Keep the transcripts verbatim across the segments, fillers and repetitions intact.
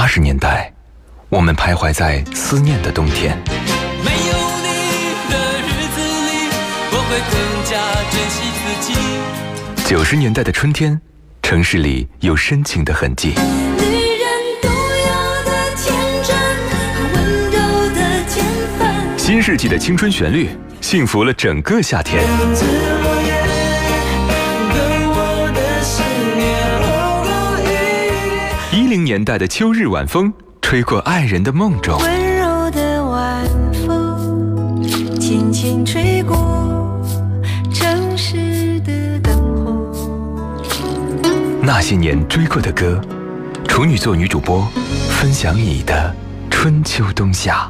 八十年代，我们徘徊在思念的冬天。 没有你的日子里，我会更加珍惜自己。 九十年代的春天，城市里有深情的痕迹。 女人独有的天真和温柔的天分， 新世纪的青春旋律，幸福了整个夏天。一零年代的秋日晚风，吹过爱人的梦中。 温柔的晚风，轻轻吹过城市的灯红。 那些年追过的歌，处女座女主播分享你的春秋冬夏。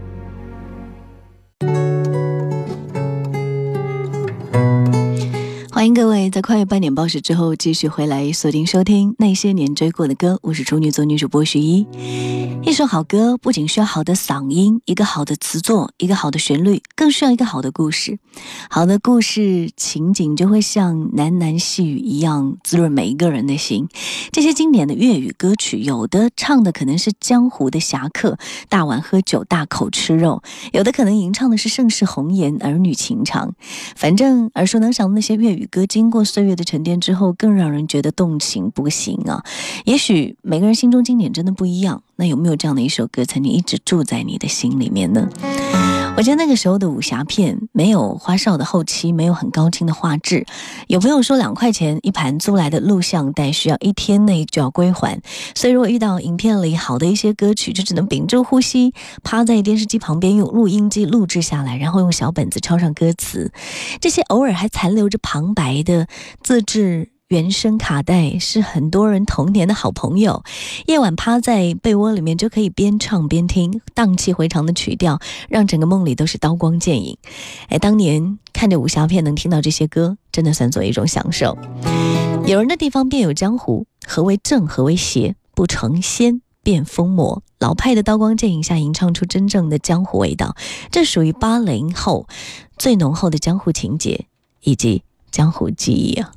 欢迎各位在跨越半点报时之后继续回来锁定收听那些年追过的歌，我是处女座女主播徐一。一首好歌不仅需要好的嗓音，一个好的词作，一个好的旋律，更需要一个好的故事。好的故事情景就会像喃喃细语一样滋润每一个人的心。这些经典的粤语歌曲，有的唱的可能是江湖的侠客，大碗喝酒大口吃肉，有的可能吟唱的是盛世红颜，儿女情长。反正耳熟能详的那些粤语歌，经过岁月的沉淀之后，更让人觉得动情不行啊。也许每个人心中经典真的不一样，那有没有这样的一首歌曾经一直住在你的心里面呢？我觉得那个时候的武侠片没有花哨的后期，没有很高清的画质。有朋友说两块钱一盘租来的录像带需要一天内就要归还，所以如果遇到影片里好的一些歌曲，就只能屏住呼吸，趴在电视机旁边用录音机录制下来，然后用小本子抄上歌词。这些偶尔还残留着旁白的自制原声卡带是很多人童年的好朋友，夜晚趴在被窝里面就可以边唱边听，荡气回肠的曲调让整个梦里都是刀光剑影。哎，当年看着武侠片能听到这些歌，真的算作一种享受。有人的地方便有江湖，何为正何为邪，不成仙便疯魔。老派的刀光剑影下吟唱出真正的江湖味道，这属于八零后最浓厚的江湖情节以及江湖记忆啊。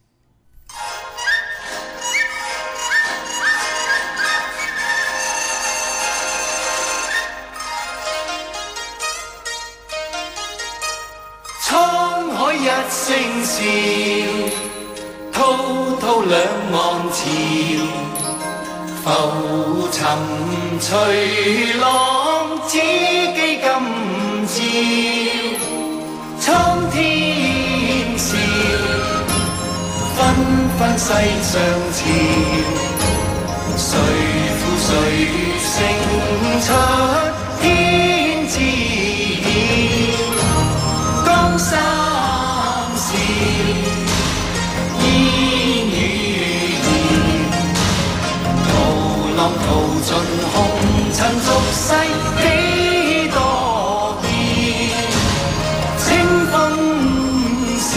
滄海一聲笑，滔滔兩岸潮，浮沉隨浪，只記今朝。蒼天笑，紛紛世上潮，誰負誰勝出天知曉。江山事，煙與焰，淘浪淘盡紅塵俗世幾多變。清風是，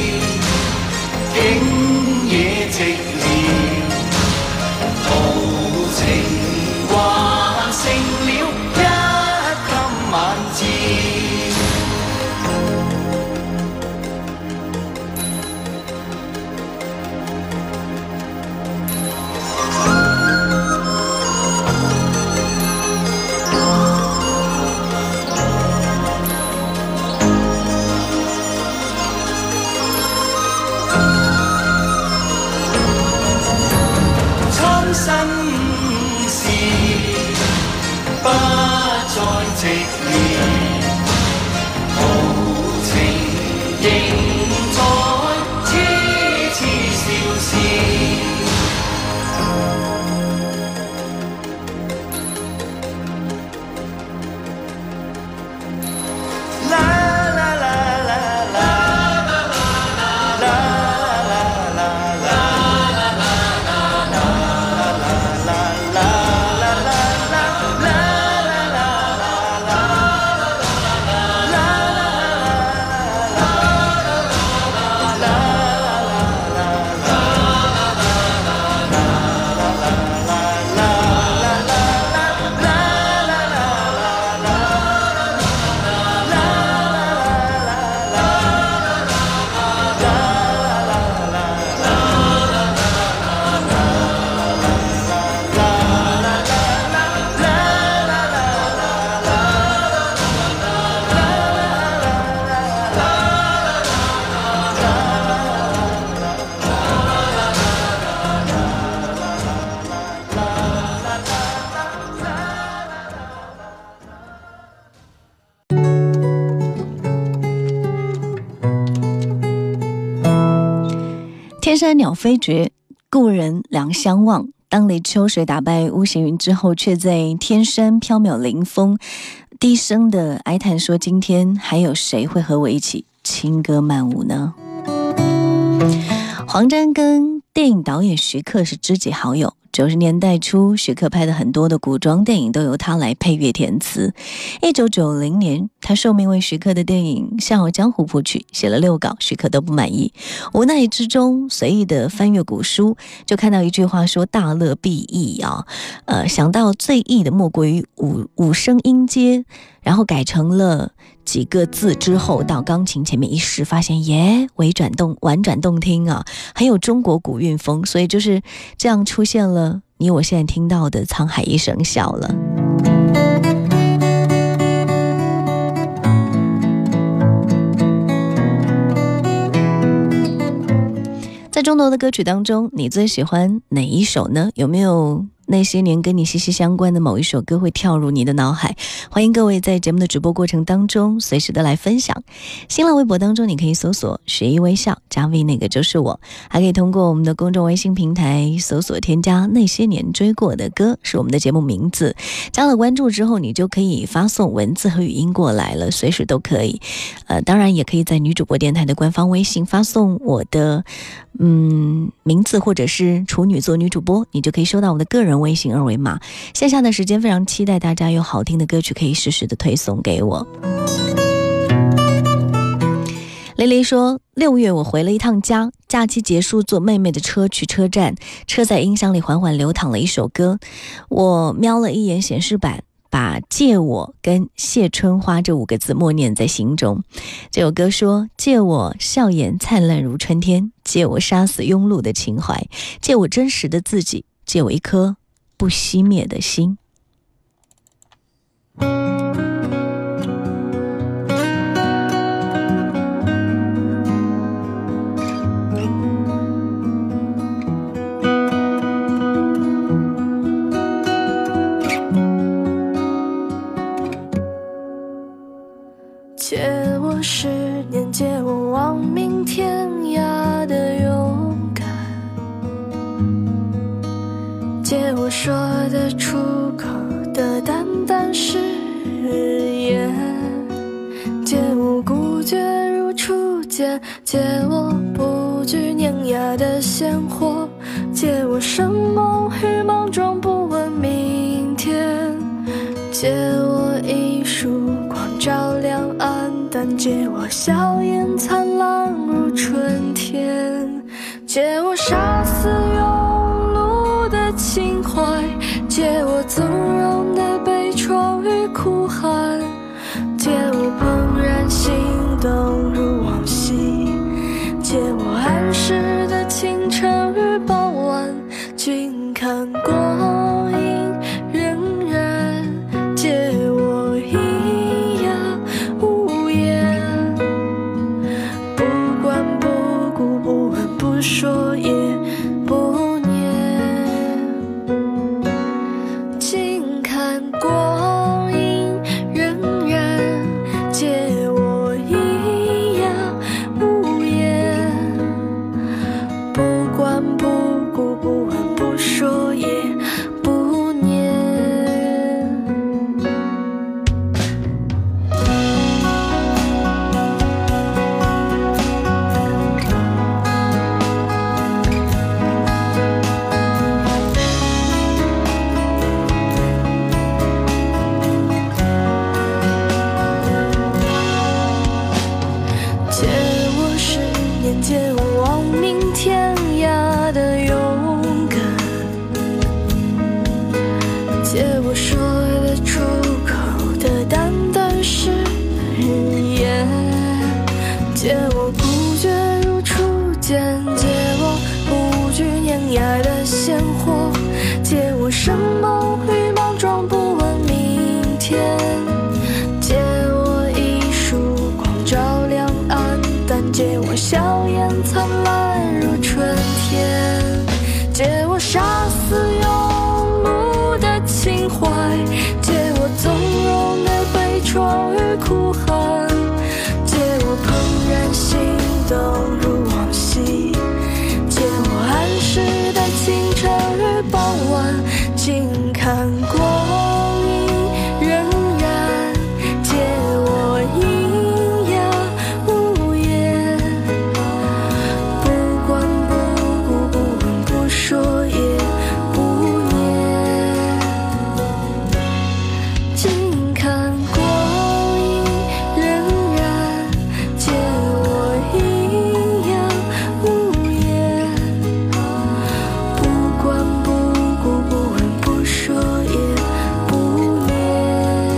景野寂寥，豪情還剩了一今晚照。生事不再寂寥，豪情仍在痴痴笑笑。 山鸟飞绝，故人两相望。当雷秋水打败巫行云之后，却在天山缥缈临风，低声的哀叹说：今天还有谁会和我一起轻歌曼舞呢？黄沾跟电影导演徐克是知己好友，九十年代初，徐克拍的很多的古装电影都由他来配乐填词。一九九零年，他受命为徐克的电影《笑傲江湖》谱曲，写了六稿，徐克都不满意。无奈之中，随意的翻阅古书，就看到一句话说：“大乐必易啊。”呃，想到最易的莫过于五五声音阶，然后改成了几个字之后，到钢琴前面一试，发现耶，委转动婉转动听啊，很有中国古韵风，所以就是这样出现了你我现在听到的《沧海一声笑》了。在众多的歌曲当中，你最喜欢哪一首呢？有没有那些年跟你息息相关的某一首歌会跳入你的脑海？欢迎各位在节目的直播过程当中随时的来分享。新浪微博当中你可以搜索学一微笑加 V 那个就是我，还可以通过我们的公众微信平台搜索添加那些年追过的歌，是我们的节目名字。加了关注之后，你就可以发送文字和语音过来了，随时都可以。呃，当然也可以在女主播电台的官方微信发送我的嗯名字或者是处女座女主播，你就可以收到我的个人微信二维码。线下的时间非常期待大家有好听的歌曲可以实时的推送给我。蕾蕾说，六月我回了一趟家，假期结束坐妹妹的车去车站，车载音箱里缓缓流淌了一首歌，我瞄了一眼显示板，把借我跟谢春花这五个字默念在心中。这首歌说，借我笑颜灿烂如春天，借我杀死庸碌的情怀，借我真实的自己，借我一颗不熄灭的心。 借我十年，借我亡命天涯的勇敢，借我说得出口的淡淡誓言，借我孤绝如初见，借我不惧碾压的鲜活，借我生猛与莽撞不问明天，借我一束光照亮暗淡，借我笑颜灿烂如春天，借我杀死庸碌的情怀，借我纵容的悲怆与哭喊，借我怦然心动如往昔，借我安适的清晨与傍晚，君看光阴荏苒，借我咿呀无言，不管不顾，不问不说也不念，今看光阴仍然借我阴阳无言，不管不顾不问不说也不念，静看光阴仍然借我阴阳无言，不管不顾不问不说也不念。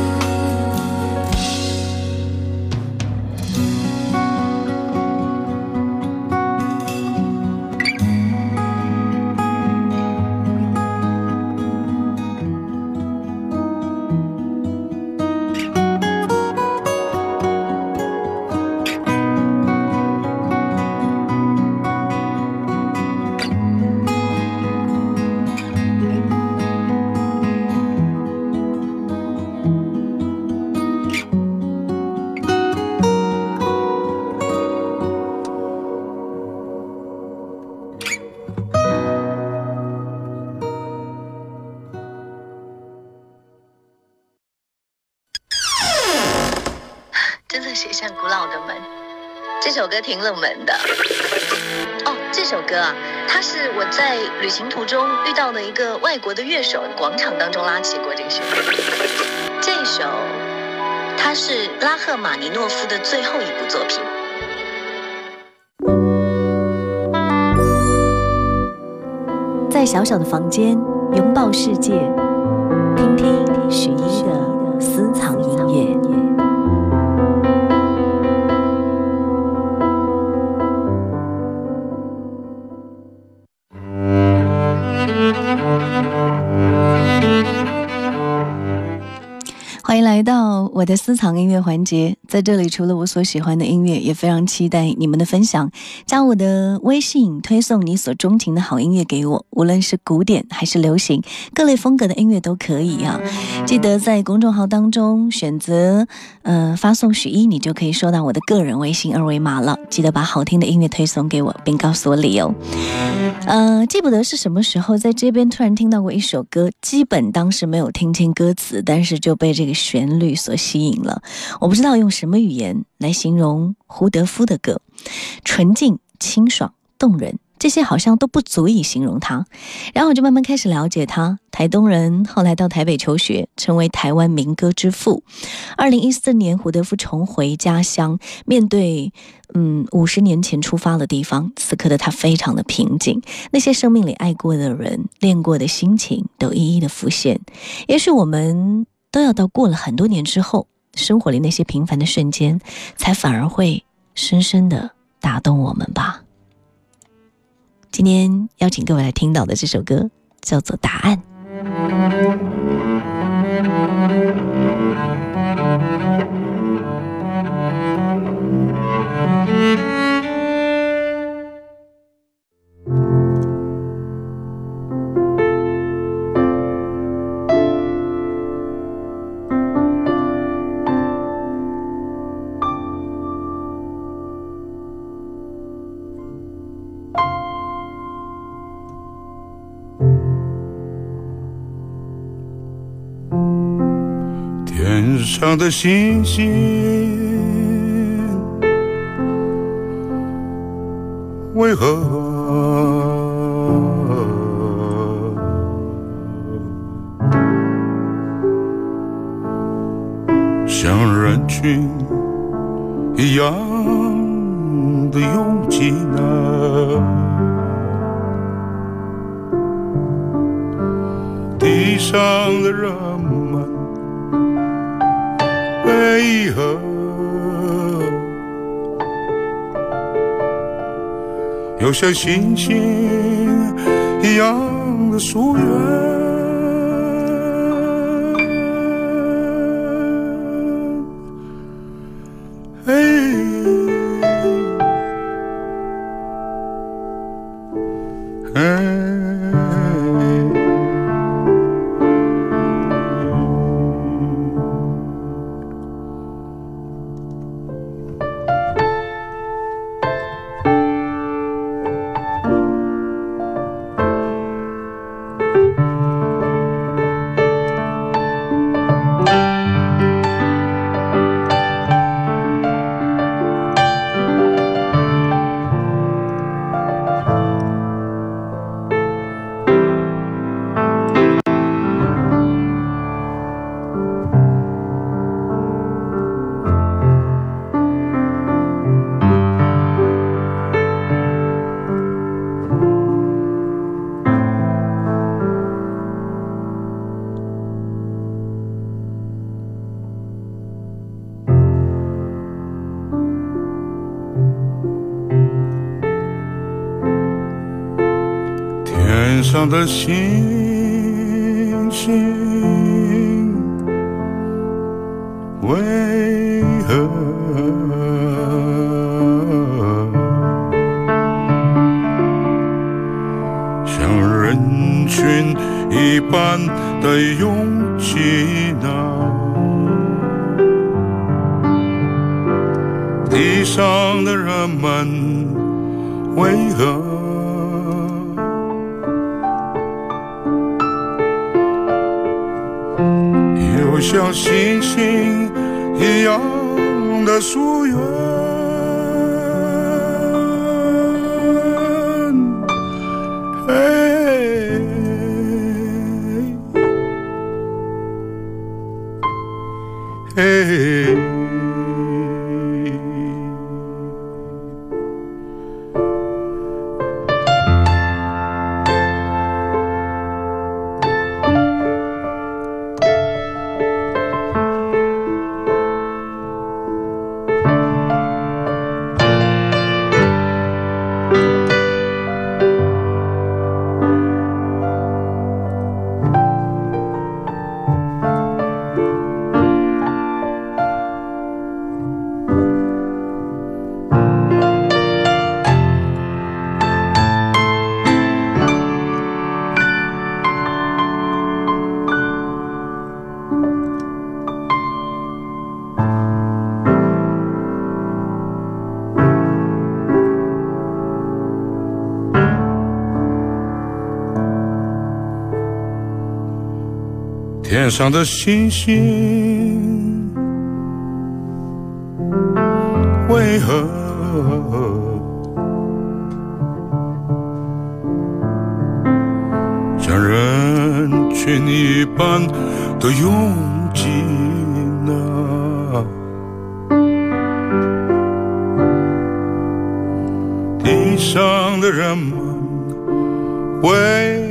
真的写向古老的门。这首歌挺冷门的哦，这首歌啊，它是我在旅行途中遇到的一个外国的乐手，广场当中拉起过这个旋律。这首它是拉赫玛尼诺夫的最后一部作品。在小小的房间拥抱世界，听听许一的私藏音乐。欢迎来到我的私藏音乐环节，在这里除了我所喜欢的音乐，也非常期待你们的分享。加我的微信，推送你所钟情的好音乐给我，无论是古典还是流行，各类风格的音乐都可以啊。记得在公众号当中选择呃发送许一，你就可以收到我的个人微信二维码了。记得把好听的音乐推送给我，并告诉我理由。呃，记不得是什么时候在这边突然听到过一首歌，基本当时没有听清歌词，但是就被这个旋律所吸引了。我不知道用什么语言来形容胡德夫的歌，纯净、清爽、动人，这些好像都不足以形容他。然后我就慢慢开始了解他，台东人，后来到台北求学，成为台湾民歌之父。二零一四年，胡德夫重回家乡，面对嗯五十年前出发的地方，此刻的他非常的平静，那些生命里爱过的人、恋过的心情都一一的浮现。也许我们都要到过了很多年之后，生活里那些平凡的瞬间，才反而会深深的打动我们吧。今天邀请各位来听到的这首歌叫做《答案》。 天上的星星为何像人群一样的拥挤呢？地上的人们为何又像星星一样的疏远？ 上的星星为何像人群一般的拥挤呢？地上的人们为何又像星星一样的疏远？嘿，嘿，天上的星星为何像人群一般的拥挤呢？地上的人们为